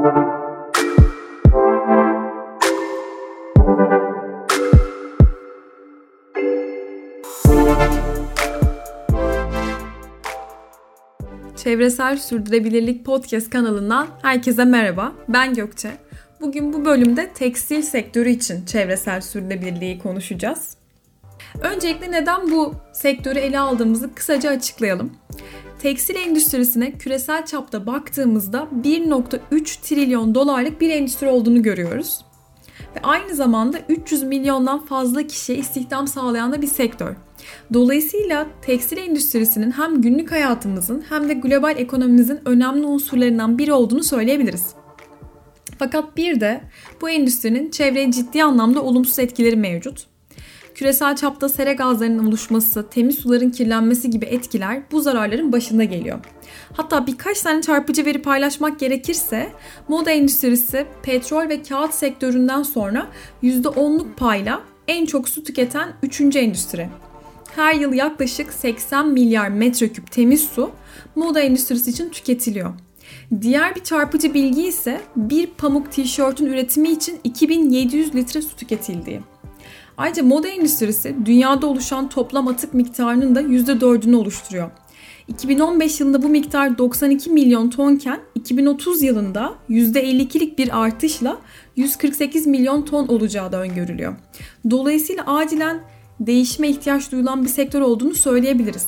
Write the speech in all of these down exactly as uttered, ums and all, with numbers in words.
Çevresel Sürdürülebilirlik Podcast kanalından herkese merhaba. Ben Gökçe. Bugün bu bölümde tekstil sektörü için çevresel sürdürülebilirliği konuşacağız. Öncelikle neden bu sektörü ele aldığımızı kısaca açıklayalım. Tekstil endüstrisine küresel çapta baktığımızda bir virgül üç trilyon dolarlık bir endüstri olduğunu görüyoruz. Ve aynı zamanda üç yüz milyondan fazla kişiye istihdam sağlayan da bir sektör. Dolayısıyla tekstil endüstrisinin hem günlük hayatımızın hem de global ekonomimizin önemli unsurlarından biri olduğunu söyleyebiliriz. Fakat bir de bu endüstrinin çevreye ciddi anlamda olumsuz etkileri mevcut. Küresel çapta sera gazlarının oluşması, temiz suların kirlenmesi gibi etkiler bu zararların başında geliyor. Hatta birkaç tane çarpıcı veri paylaşmak gerekirse, moda endüstrisi petrol ve kağıt sektöründen sonra yüzde onluk payla en çok su tüketen üçüncü endüstri. Her yıl yaklaşık seksen milyar metreküp temiz su moda endüstrisi için tüketiliyor. Diğer bir çarpıcı bilgi ise bir pamuk tişörtün üretimi için iki bin yedi yüz litre su tüketildiği. Ayrıca moda endüstrisi dünyada oluşan toplam atık miktarının da yüzde dördünü oluşturuyor. iki bin on beş yılında bu miktar doksan iki milyon tonken iki bin otuz yılında yüzde elli ikilik bir artışla yüz kırk sekiz milyon ton olacağı da öngörülüyor. Dolayısıyla acilen değişime ihtiyaç duyulan bir sektör olduğunu söyleyebiliriz.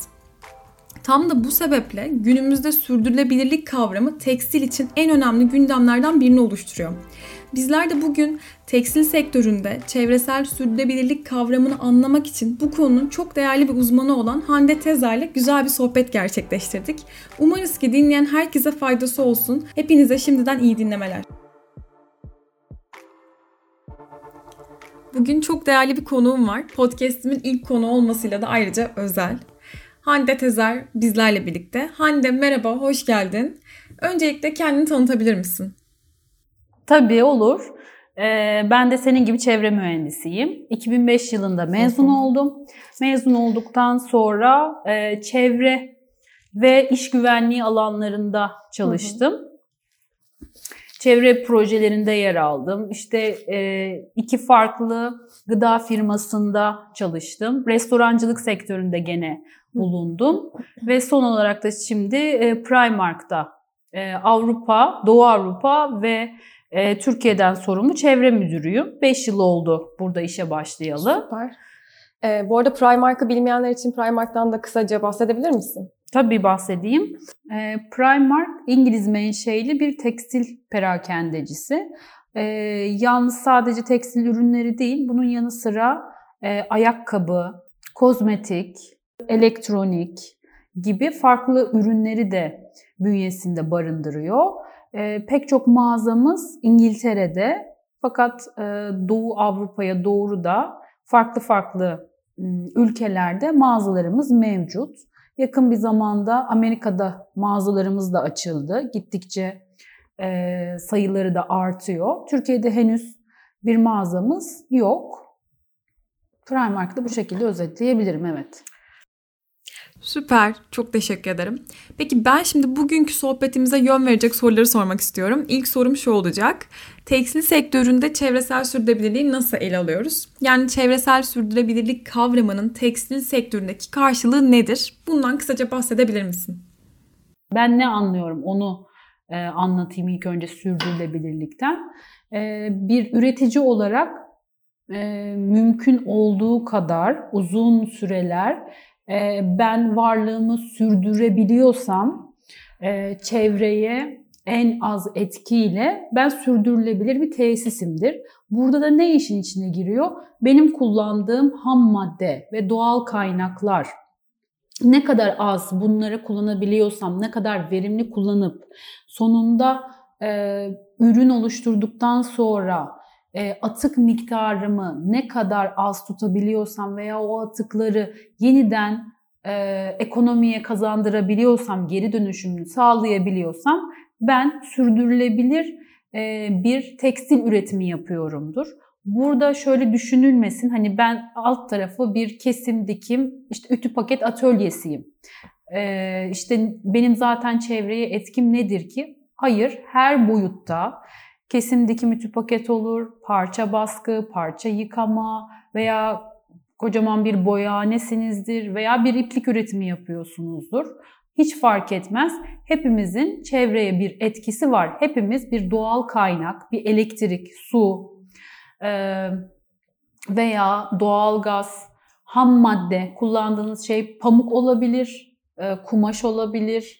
Tam da bu sebeple günümüzde sürdürülebilirlik kavramı tekstil için en önemli gündemlerden birini oluşturuyor. Bizler de bugün tekstil sektöründe çevresel sürdürülebilirlik kavramını anlamak için bu konunun çok değerli bir uzmanı olan Hande Tezer ile güzel bir sohbet gerçekleştirdik. Umarız ki dinleyen herkese faydası olsun. Hepinize şimdiden iyi dinlemeler. Bugün çok değerli bir konuğum var. Podcast'imin ilk konu olmasıyla da ayrıca özel. Hande Tezer bizlerle birlikte. Hande merhaba, hoş geldin. Öncelikle kendini tanıtabilir misin? Tabii olur. Ee, ben de senin gibi çevre mühendisiyim. iki bin beş yılında mezun oldum. Mezun olduktan sonra e, çevre ve iş güvenliği alanlarında çalıştım. Hı hı. Çevre projelerinde yer aldım. İşte e, iki farklı gıda firmasında çalıştım. Restorancılık sektöründe gene bulundum. Ve son olarak da şimdi e, Primark'ta e, Avrupa, Doğu Avrupa ve e, Türkiye'den sorumlu çevre müdürüyüm. beş yıl oldu burada işe başlayalı. Süper. E, bu arada Primark'ı bilmeyenler için Primark'tan da kısaca bahsedebilir misin? Tabii bahsedeyim. E, Primark İngiliz menşeli bir tekstil perakendecisi. E, yalnız sadece tekstil ürünleri değil, bunun yanı sıra e, ayakkabı, kozmetik, elektronik gibi farklı ürünleri de bünyesinde barındırıyor. E, pek çok mağazamız İngiltere'de, fakat e, Doğu Avrupa'ya doğru da farklı farklı e, ülkelerde mağazalarımız mevcut. Yakın bir zamanda Amerika'da mağazalarımız da açıldı. Gittikçe e, sayıları da artıyor. Türkiye'de henüz bir mağazamız yok. Primark'ta bu şekilde özetleyebilirim, evet. Süper, çok teşekkür ederim. Peki ben şimdi bugünkü sohbetimize yön verecek soruları sormak istiyorum. İlk sorum şu olacak. Tekstil sektöründe çevresel sürdürülebilirliği nasıl ele alıyoruz? Yani çevresel sürdürülebilirlik kavramının tekstil sektöründeki karşılığı nedir? Bundan kısaca bahsedebilir misin? Ben ne anlıyorum onu e, anlatayım ilk önce sürdürülebilirlikten. E, bir üretici olarak e, mümkün olduğu kadar uzun süreler ben varlığımı sürdürebiliyorsam çevreye en az etkiyle ben sürdürülebilir bir tesisimdir. Burada da ne işin içine giriyor? Benim kullandığım ham madde ve doğal kaynaklar ne kadar az bunları kullanabiliyorsam, ne kadar verimli kullanıp sonunda e, ürün oluşturduktan sonra atık miktarımı ne kadar az tutabiliyorsam veya o atıkları yeniden e, ekonomiye kazandırabiliyorsam, geri dönüşümünü sağlayabiliyorsam ben sürdürülebilir e, bir tekstil üretimi yapıyorumdur. Burada şöyle düşünülmesin, hani ben alt tarafı bir kesim dikim, işte ütü paket atölyesiyim. E, işte benim zaten çevreye etkim nedir ki? Hayır, her boyutta kesim dikimi tüp paket olur, parça baskı, parça yıkama veya kocaman bir boyahanesinizdir veya bir iplik üretimi yapıyorsunuzdur. Hiç fark etmez. Hepimizin çevreye bir etkisi var. Hepimiz bir doğal kaynak, bir elektrik, su veya doğalgaz, ham madde, kullandığınız şey pamuk olabilir, kumaş olabilir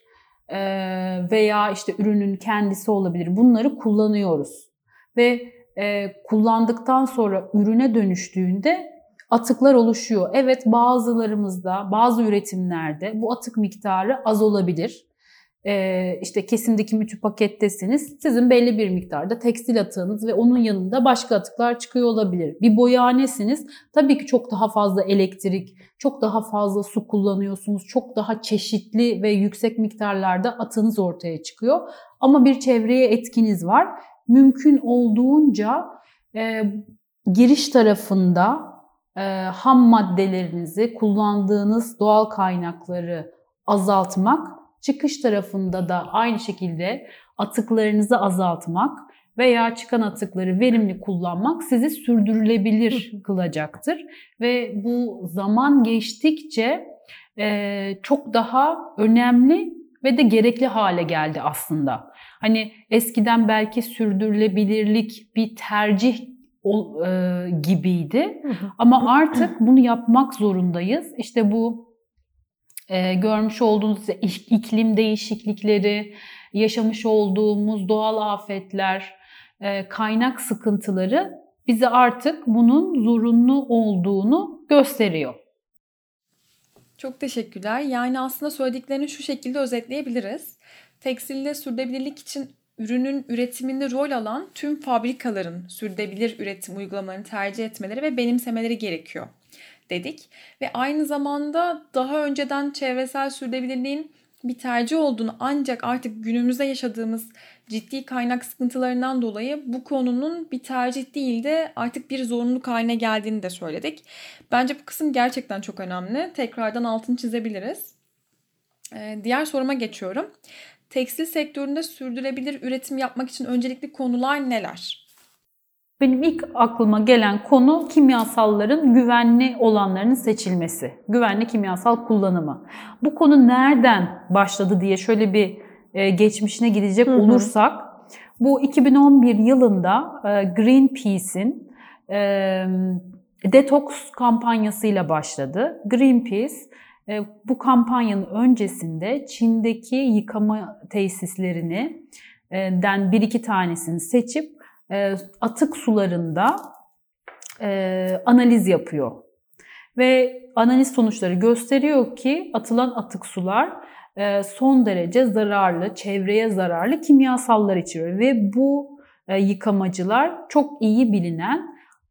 veya işte ürünün kendisi olabilir. Bunları kullanıyoruz ve kullandıktan sonra ürüne dönüştüğünde atıklar oluşuyor. Evet, bazılarımızda, bazı üretimlerde bu atık miktarı az olabilir. Ee, işte kesim dikimi tüp pakettesiniz. Sizin belli bir miktarda tekstil atığınız ve onun yanında başka atıklar çıkıyor olabilir. Bir boyahanesiniz. Tabii ki çok daha fazla elektrik, çok daha fazla su kullanıyorsunuz. Çok daha çeşitli ve yüksek miktarlarda atığınız ortaya çıkıyor. Ama bir çevreye etkiniz var. Mümkün olduğunca e, giriş tarafında E, ham maddelerinizi, kullandığınız doğal kaynakları azaltmak, çıkış tarafında da aynı şekilde atıklarınızı azaltmak veya çıkan atıkları verimli kullanmak sizi sürdürülebilir kılacaktır. Ve bu zaman geçtikçe e, çok daha önemli ve de gerekli hale geldi aslında. Hani eskiden belki sürdürülebilirlik bir tercih O, e, gibiydi. Ama artık bunu yapmak zorundayız. İşte bu e, görmüş olduğunuz iklim değişiklikleri, yaşamış olduğumuz doğal afetler, e, kaynak sıkıntıları bize artık bunun zorunlu olduğunu gösteriyor. Çok teşekkürler. Yani aslında söylediklerini şu şekilde özetleyebiliriz. Tekstilde sürdürülebilirlik için ürünün üretiminde rol alan tüm fabrikaların sürdürülebilir üretim uygulamalarını tercih etmeleri ve benimsemeleri gerekiyor dedik. Ve aynı zamanda daha önceden çevresel sürdürülebilirliğin bir tercih olduğunu ancak artık günümüzde yaşadığımız ciddi kaynak sıkıntılarından dolayı bu konunun bir tercih değil de artık bir zorunluluk haline geldiğini de söyledik. Bence bu kısım gerçekten çok önemli. Tekrardan altını çizebiliriz. Ee, diğer soruma geçiyorum. Tekstil sektöründe sürdürülebilir üretim yapmak için öncelikli konular neler? Benim ilk aklıma gelen konu kimyasalların güvenli olanlarının seçilmesi. Güvenli kimyasal kullanımı. Bu konu nereden başladı diye şöyle bir e, geçmişine gidecek hı hı. olursak, bu iki bin on bir yılında e, Greenpeace'in e, detoks kampanyasıyla başladı. Greenpeace bu kampanyanın öncesinde Çin'deki yıkama tesislerinden bir iki tanesini seçip atık sularında analiz yapıyor. Ve analiz sonuçları gösteriyor ki atılan atık sular son derece zararlı, çevreye zararlı kimyasallar içeriyor. Ve bu yıkamacılar çok iyi bilinen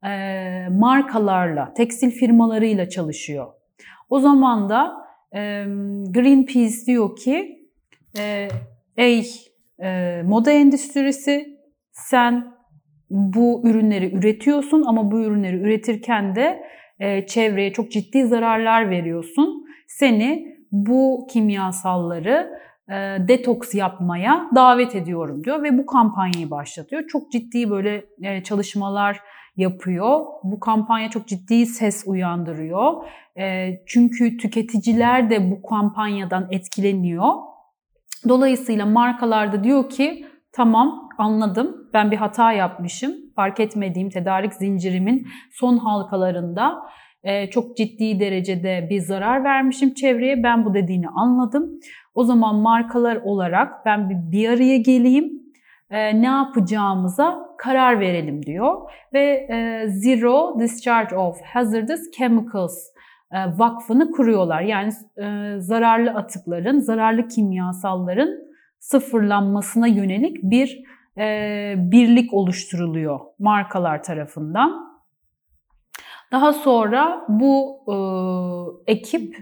markalarla, tekstil firmalarıyla çalışıyor. O zaman da e, Greenpeace diyor ki e, ey e, moda endüstrisi, sen bu ürünleri üretiyorsun ama bu ürünleri üretirken de e, çevreye çok ciddi zararlar veriyorsun. Seni bu kimyasalları e, detoks yapmaya davet ediyorum diyor ve bu kampanyayı başlatıyor. Çok ciddi böyle e, çalışmalar yapıyor. Bu kampanya çok ciddi ses uyandırıyor. E, çünkü tüketiciler de bu kampanyadan etkileniyor. Dolayısıyla markalar da diyor ki tamam, anladım, ben bir hata yapmışım. Fark etmediğim tedarik zincirimin son halkalarında e, çok ciddi derecede bir zarar vermişim çevreye. Ben bu dediğini anladım. O zaman markalar olarak ben bir, bir araya geleyim. E, ne yapacağımıza karar verelim diyor. Ve e, Zero Discharge of Hazardous Chemicals e, vakfını kuruyorlar. Yani e, zararlı atıkların, zararlı kimyasalların sıfırlanmasına yönelik bir e, birlik oluşturuluyor markalar tarafından. Daha sonra bu e, ekip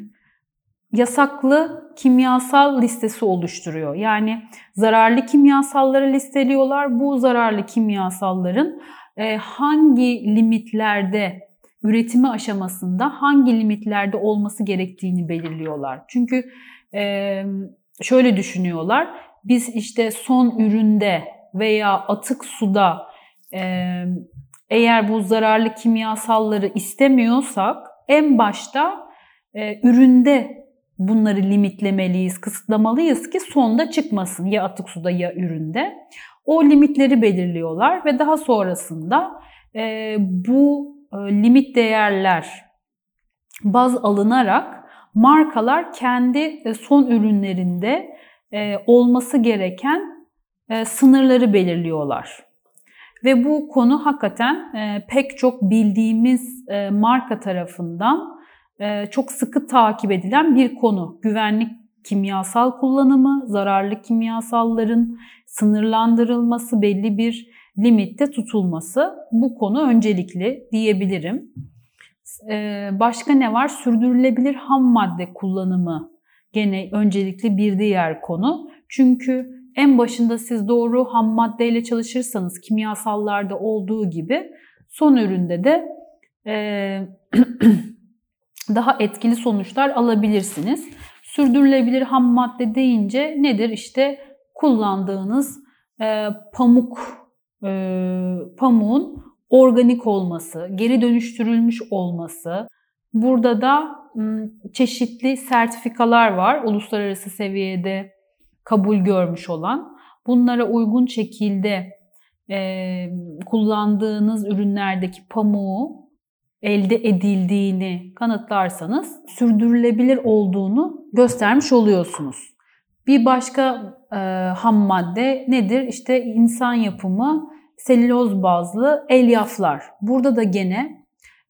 yasaklı kimyasal listesi oluşturuyor. Yani zararlı kimyasalları listeliyorlar. Bu zararlı kimyasalların e, hangi limitlerde, üretimi aşamasında hangi limitlerde olması gerektiğini belirliyorlar. Çünkü e, şöyle düşünüyorlar, biz işte son üründe veya atık suda e, eğer bu zararlı kimyasalları istemiyorsak en başta e, üründe bunları limitlemeliyiz, kısıtlamalıyız ki sonda çıkmasın ya atık suda ya üründe. O limitleri belirliyorlar ve daha sonrasında e, bu e, limit değerler baz alınarak markalar kendi e, son ürünlerinde e, olması gereken e, sınırları belirliyorlar. Ve bu konu hakikaten e, pek çok bildiğimiz e, marka tarafından e, çok sıkı takip edilen bir konu. Güvenlik kimyasal kullanımı, zararlı kimyasalların sınırlandırılması, belli bir limitte tutulması bu konu öncelikli diyebilirim. E, başka ne var? Sürdürülebilir ham madde kullanımı gene öncelikli bir diğer konu. Çünkü en başında siz doğru ham maddeyle çalışırsanız kimyasallarda olduğu gibi son üründe de e, daha etkili sonuçlar alabilirsiniz. Sürdürülebilir ham madde deyince nedir? İşte kullandığınız e, pamuk, e, pamuğun organik olması, geri dönüştürülmüş olması. Burada da m, çeşitli sertifikalar var, uluslararası seviyede kabul görmüş olan. Bunlara uygun şekilde e, kullandığınız ürünlerdeki pamuğu elde edildiğini kanıtlarsanız sürdürülebilir olduğunu göstermiş oluyorsunuz. Bir başka e, ham madde nedir? İşte insan yapımı selüloz bazlı elyaflar. Burada da gene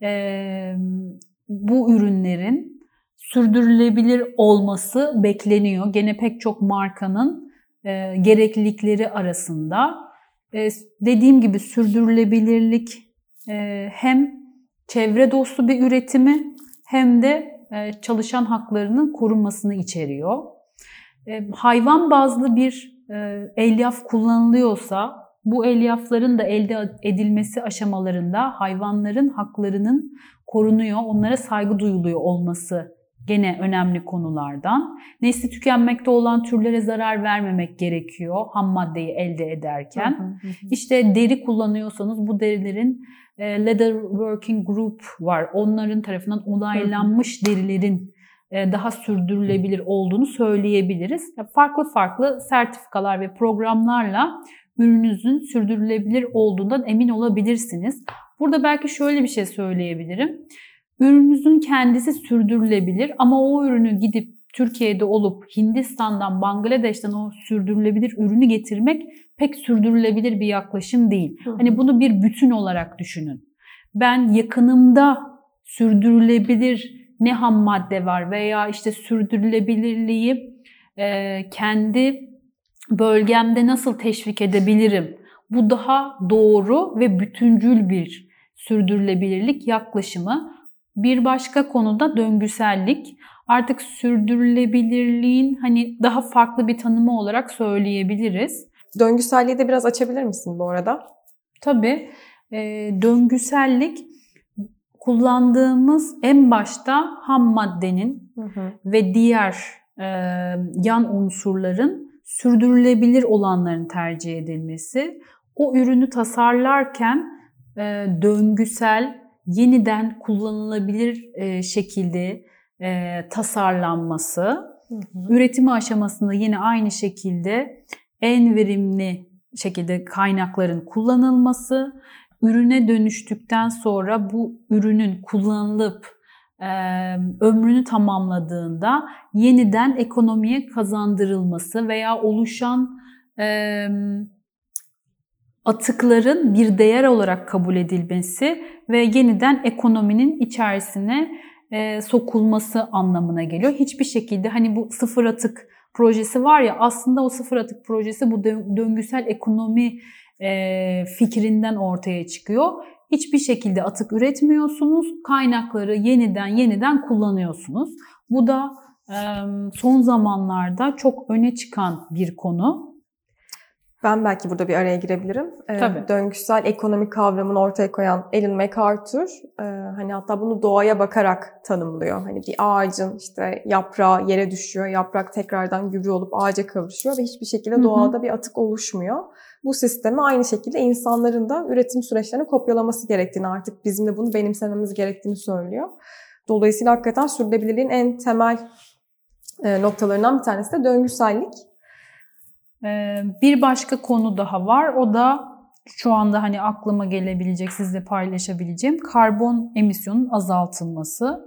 e, bu ürünlerin sürdürülebilir olması bekleniyor. Gene pek çok markanın e, gereklilikleri arasında. E, dediğim gibi sürdürülebilirlik e, hem çevre dostu bir üretimi hem de e, çalışan haklarının korunmasını içeriyor. E, hayvan bazlı bir e, elyaf kullanılıyorsa bu elyafların da elde edilmesi aşamalarında hayvanların haklarının korunuyor, onlara saygı duyuluyor olması gene önemli konulardan. Nesli tükenmekte olan türlere zarar vermemek gerekiyor ham maddeyi elde ederken. Hı hı hı. İşte deri kullanıyorsanız bu derilerin e, Leather Working Group var. Onların tarafından onaylanmış hı hı. derilerin e, daha sürdürülebilir olduğunu söyleyebiliriz. Farklı farklı sertifikalar ve programlarla ürününüzün sürdürülebilir olduğundan emin olabilirsiniz. Burada belki şöyle bir şey söyleyebilirim. Ürününüzün kendisi sürdürülebilir ama o ürünü gidip Türkiye'de olup Hindistan'dan, Bangladeş'ten o sürdürülebilir ürünü getirmek pek sürdürülebilir bir yaklaşım değil. Hı hı. Hani bunu bir bütün olarak düşünün. Ben yakınımda sürdürülebilir ne ham madde var veya işte sürdürülebilirliği e, kendi bölgemde nasıl teşvik edebilirim? Bu daha doğru ve bütüncül bir sürdürülebilirlik yaklaşımı. Bir başka konuda döngüsellik. Artık sürdürülebilirliğin hani daha farklı bir tanımı olarak söyleyebiliriz. Döngüselliği de biraz açabilir misin bu arada? Tabii. E, döngüsellik kullandığımız en başta ham maddenin hı hı. ve diğer e, yan unsurların sürdürülebilir olanların tercih edilmesi. O ürünü tasarlarken e, döngüsel, yeniden kullanılabilir e, şekilde e, tasarlanması. Hı hı. Üretimi aşamasında yine aynı şekilde en verimli şekilde kaynakların kullanılması. Ürüne dönüştükten sonra bu ürünün kullanılıp e, ömrünü tamamladığında yeniden ekonomiye kazandırılması veya oluşan e, atıkların bir değer olarak kabul edilmesi ve yeniden ekonominin içerisine e, sokulması anlamına geliyor. Hiçbir şekilde hani bu sıfır atık projesi var ya, aslında o sıfır atık projesi bu döngüsel ekonomi e, fikrinden ortaya çıkıyor. Hiçbir şekilde atık üretmiyorsunuz, kaynakları yeniden yeniden kullanıyorsunuz. Bu da e, son zamanlarda çok öne çıkan bir konu. Ben belki burada bir araya girebilirim. Tabii. Döngüsel ekonomi kavramını ortaya koyan Ellen MacArthur, hani hatta bunu doğaya bakarak tanımlıyor. Hani bir ağacın işte yaprağı yere düşüyor, yaprak tekrardan gübre olup ağaca kavuşuyor ve hiçbir şekilde doğada bir atık oluşmuyor. Bu sistemi aynı şekilde insanların da üretim süreçlerini kopyalaması gerektiğini, artık bizim de bunu benimsememiz gerektiğini söylüyor. Dolayısıyla hakikaten sürdürülebilirliğin en temel noktalarından bir tanesi de döngüsellik. Bir başka konu daha var. O da şu anda hani aklıma gelebilecek, sizle paylaşabileceğim karbon emisyonunun azaltılması.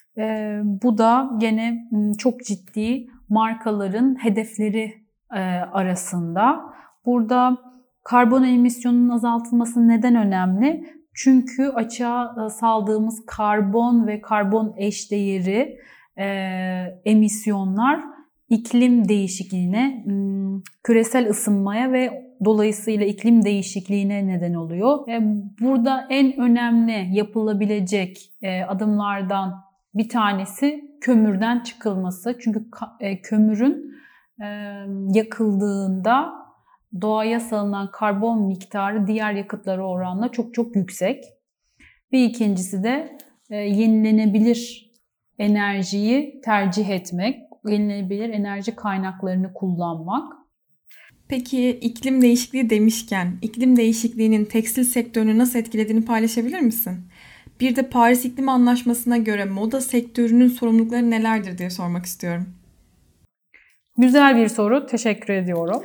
Bu da gene çok ciddi markaların hedefleri arasında. Burada karbon emisyonunun azaltılması neden önemli? Çünkü açığa saldığımız karbon ve karbon eşdeğeri emisyonlar iklim değişikliğine, küresel ısınmaya ve dolayısıyla iklim değişikliğine neden oluyor. Burada en önemli yapılabilecek adımlardan bir tanesi kömürden çıkılması. Çünkü kömürün yakıldığında doğaya salınan karbon miktarı diğer yakıtlara oranla çok çok yüksek. Bir ikincisi de yenilenebilir enerjiyi tercih etmek, yenilenebilir enerji kaynaklarını kullanmak. Peki iklim değişikliği demişken, iklim değişikliğinin tekstil sektörünü nasıl etkilediğini paylaşabilir misin? Bir de Paris İklim Anlaşması'na göre moda sektörünün sorumlulukları nelerdir diye sormak istiyorum. Güzel bir soru, teşekkür ediyorum.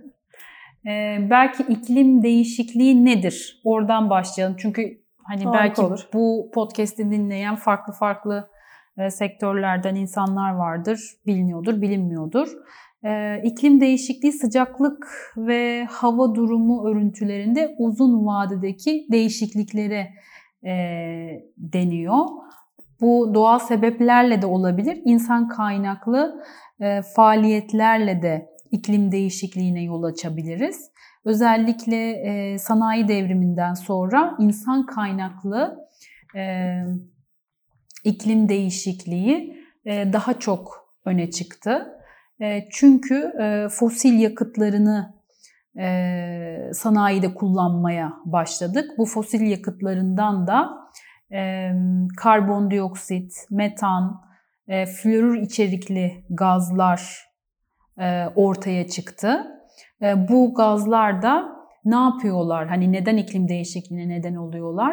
ee, belki iklim değişikliği nedir? Oradan başlayalım. Çünkü hani Harika belki olur. Bu podcast'i dinleyen farklı farklı sektörlerden insanlar vardır, biliniyordur, bilinmiyordur. Ee, iklim değişikliği sıcaklık ve hava durumu örüntülerinde uzun vadedeki değişikliklere e, deniyor. Bu doğal sebeplerle de olabilir, insan kaynaklı e, faaliyetlerle de iklim değişikliğine yol açabiliriz. Özellikle e, sanayi devriminden sonra insan kaynaklı e, iklim değişikliği daha çok öne çıktı. Çünkü fosil yakıtlarını sanayide kullanmaya başladık. Bu fosil yakıtlarından da karbondioksit, metan, florür içerikli gazlar ortaya çıktı. Bu gazlar da ne yapıyorlar? Hani neden iklim değişikliğine neden oluyorlar?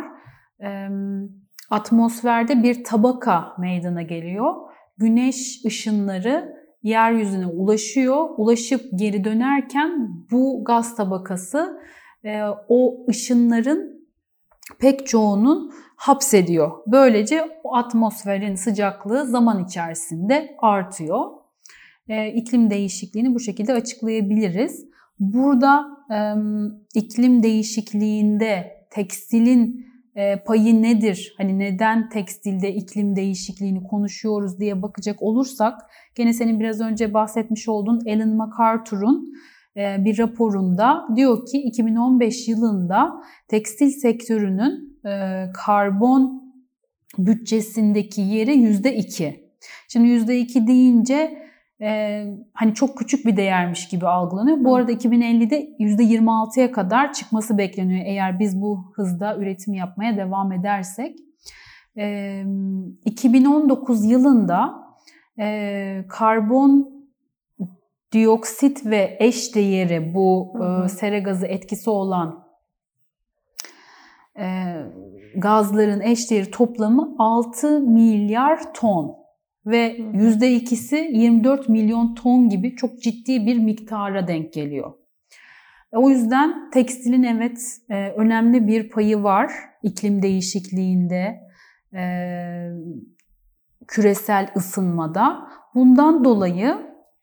Atmosferde bir tabaka meydana geliyor. Güneş ışınları yeryüzüne ulaşıyor. Ulaşıp geri dönerken bu gaz tabakası e, o ışınların pek çoğunun hapsediyor. Böylece o atmosferin sıcaklığı zaman içerisinde artıyor. E, iklim değişikliğini bu şekilde açıklayabiliriz. Burada e, iklim değişikliğinde tekstilin E, payı nedir? Hani neden tekstilde iklim değişikliğini konuşuyoruz diye bakacak olursak, gene senin biraz önce bahsetmiş olduğun Ellen MacArthur'un e, bir raporunda diyor ki iki bin on beş yılında tekstil sektörünün e, karbon bütçesindeki yeri yüzde iki. Şimdi yüzde iki deyince Ee, hani çok küçük bir değermiş gibi algılanıyor. Bu arada iki bin ellide yüzde yirmi altıya kadar çıkması bekleniyor eğer biz bu hızda üretim yapmaya devam edersek. Ee, iki bin on dokuz yılında e, karbon dioksit ve eşdeğeri, bu e, sera gazı etkisi olan e, gazların eşdeğeri toplamı altı milyar ton. Ve yüzde ikisi yirmi dört milyon ton gibi çok ciddi bir miktara denk geliyor. O yüzden tekstilin evet önemli bir payı var iklim değişikliğinde, küresel ısınmada. Bundan dolayı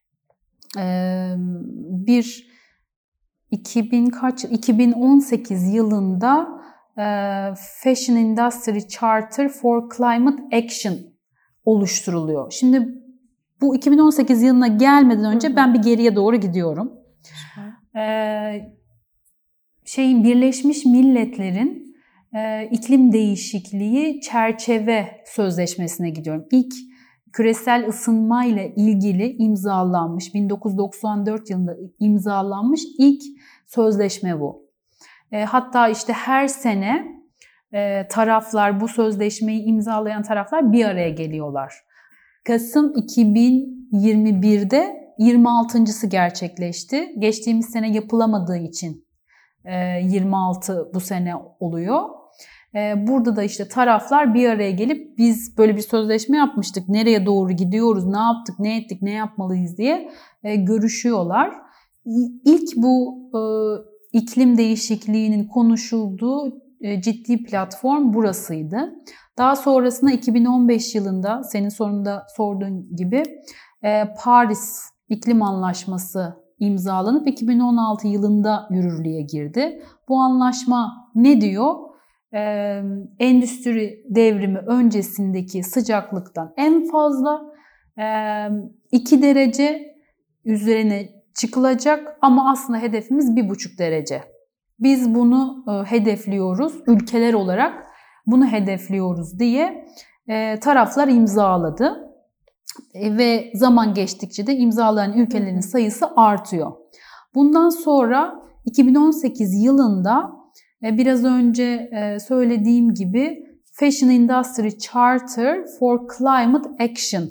bir iki bin kaç iki bin on sekiz yılında Fashion Industry Charter for Climate Action oluşturuluyor. Şimdi bu iki bin on sekiz yılına gelmeden önce hı hı. ben bir geriye doğru gidiyorum. Ee, şeyin Birleşmiş Milletler'in e, iklim değişikliği çerçeve sözleşmesine gidiyorum. İlk küresel ısınma ile ilgili imzalanmış, bin dokuz yüz doksan dört yılında imzalanmış ilk sözleşme bu. E, hatta işte her sene e, taraflar, bu sözleşmeyi imzalayan taraflar bir araya geliyorlar. Kasım iki bin yirmi birde yirmi altıncısı gerçekleşti. Geçtiğimiz sene yapılamadığı için e, yirmi altı bu sene oluyor. Burada da işte taraflar bir araya gelip biz böyle bir sözleşme yapmıştık, nereye doğru gidiyoruz, ne yaptık, ne ettik, ne yapmalıyız diye görüşüyorlar. İlk bu iklim değişikliğinin konuşulduğu ciddi platform burasıydı. Daha sonrasında iki bin on beş yılında senin sorunda sorduğun gibi Paris İklim Anlaşması imzalanıp iki bin on altı yılında yürürlüğe girdi. Bu anlaşma ne diyor? Ee, endüstri devrimi öncesindeki sıcaklıktan en fazla e, iki derece üzerine çıkılacak ama aslında hedefimiz bir buçuk derece. Biz bunu e, hedefliyoruz, ülkeler olarak bunu hedefliyoruz diye e, taraflar imzaladı. E, ve zaman geçtikçe de imzalayan ülkelerin sayısı artıyor. Bundan sonra iki bin on sekiz yılında biraz önce söylediğim gibi Fashion Industry Charter for Climate Action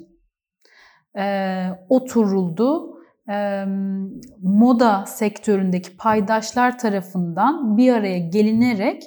oturuldu. Moda sektöründeki paydaşlar tarafından bir araya gelinerek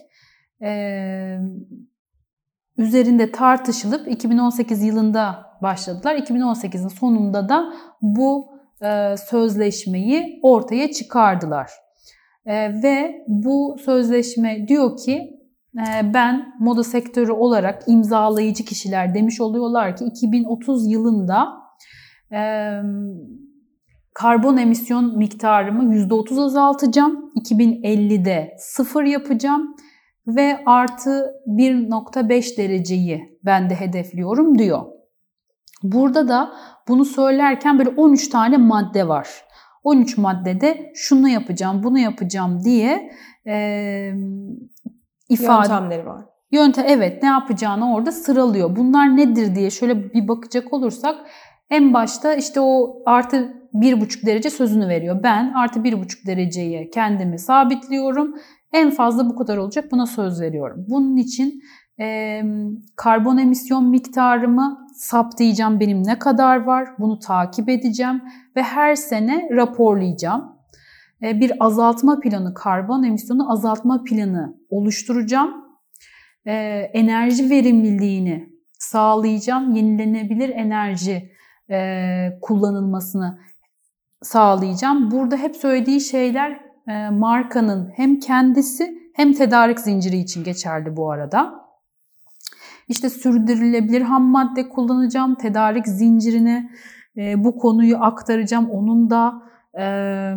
üzerinde tartışılıp iki bin on sekiz yılında başladılar. iki bin on sekizin sonunda da bu sözleşmeyi ortaya çıkardılar. Ee, ve bu sözleşme diyor ki e, ben moda sektörü olarak imzalayıcı kişiler demiş oluyorlar ki iki bin otuz yılında e, karbon emisyon miktarımı yüzde otuz azaltacağım. iki bin ellide sıfır yapacağım ve artı bir virgül beş dereceyi ben de hedefliyorum diyor. Burada da bunu söylerken böyle on üç tane madde var. on üç maddede şunu yapacağım, bunu yapacağım diye e, ifade... Yöntemleri var. Yöntem, evet, ne yapacağını orada sıralıyor. Bunlar nedir diye şöyle bir bakacak olursak en başta işte o artı bir buçuk derece sözünü veriyor. Ben artı bir buçuk dereceye kendimi sabitliyorum. En fazla bu kadar olacak, buna söz veriyorum. Bunun için e, karbon emisyon miktarımı saptayacağım, benim ne kadar var, bunu takip edeceğim ve her sene raporlayacağım. E, bir azaltma planı, karbon emisyonu azaltma planı oluşturacağım. E, enerji verimliliğini sağlayacağım, yenilenebilir enerji e, kullanılmasını sağlayacağım. Burada hep söylediği şeyler e, markanın hem kendisi hem tedarik zinciri için geçerli bu arada. İşte sürdürülebilir ham madde kullanacağım, tedarik zincirine e, bu konuyu aktaracağım. Onun da e,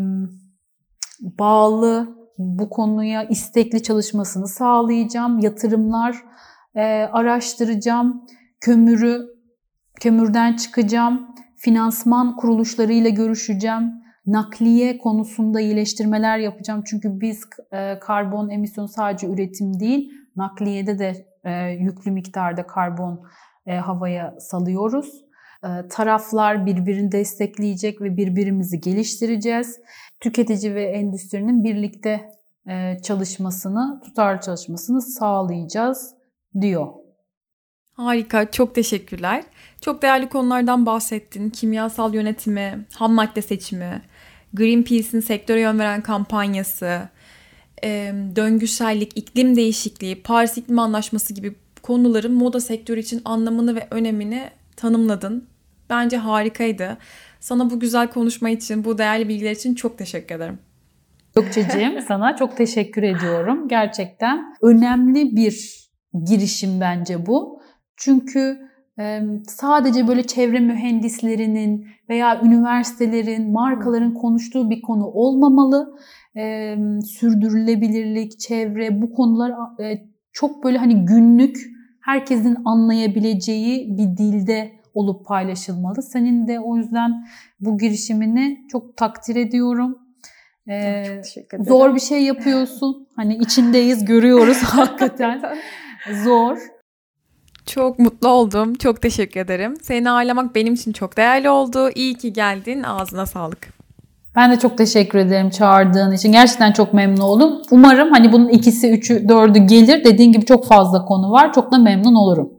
bağlı, bu konuya istekli çalışmasını sağlayacağım. Yatırımlar e, araştıracağım, kömürü, kömürden çıkacağım, finansman kuruluşlarıyla görüşeceğim. Nakliye konusunda iyileştirmeler yapacağım. Çünkü biz e, karbon emisyonu sadece üretim değil, nakliyede de e, yüklü miktarda karbon e, havaya salıyoruz. E, taraflar birbirini destekleyecek ve birbirimizi geliştireceğiz. Tüketici ve endüstrinin birlikte e, çalışmasını, tutarlı çalışmasını sağlayacağız diyor. Harika, çok teşekkürler. Çok değerli konulardan bahsettin. Kimyasal yönetimi, ham madde seçimi, Greenpeace'in sektöre yön veren kampanyası, döngüsellik, iklim değişikliği, Paris İklim Anlaşması gibi konuların moda sektörü için anlamını ve önemini tanımladın. Bence harikaydı. Sana bu güzel konuşma için, bu değerli bilgiler için çok teşekkür ederim. Gökçeciğim, sana çok teşekkür ediyorum. Gerçekten önemli bir girişim bence bu. Çünkü sadece böyle çevre mühendislerinin veya üniversitelerin, markaların konuştuğu bir konu olmamalı. Sürdürülebilirlik, çevre, bu konular çok böyle hani günlük, herkesin anlayabileceği bir dilde olup paylaşılmalı. Senin de o yüzden bu girişimini çok takdir ediyorum. Ee, zor bir şey yapıyorsun. Hani içindeyiz, görüyoruz hakikaten. Zor. Çok mutlu oldum. Çok teşekkür ederim. Seni ağırlamak benim için çok değerli oldu. İyi ki geldin. Ağzına sağlık. Ben de çok teşekkür ederim çağırdığın için. Gerçekten çok memnun oldum. Umarım hani bunun ikisi, üçü, dördü gelir. Dediğin gibi çok fazla konu var. Çok da memnun olurum.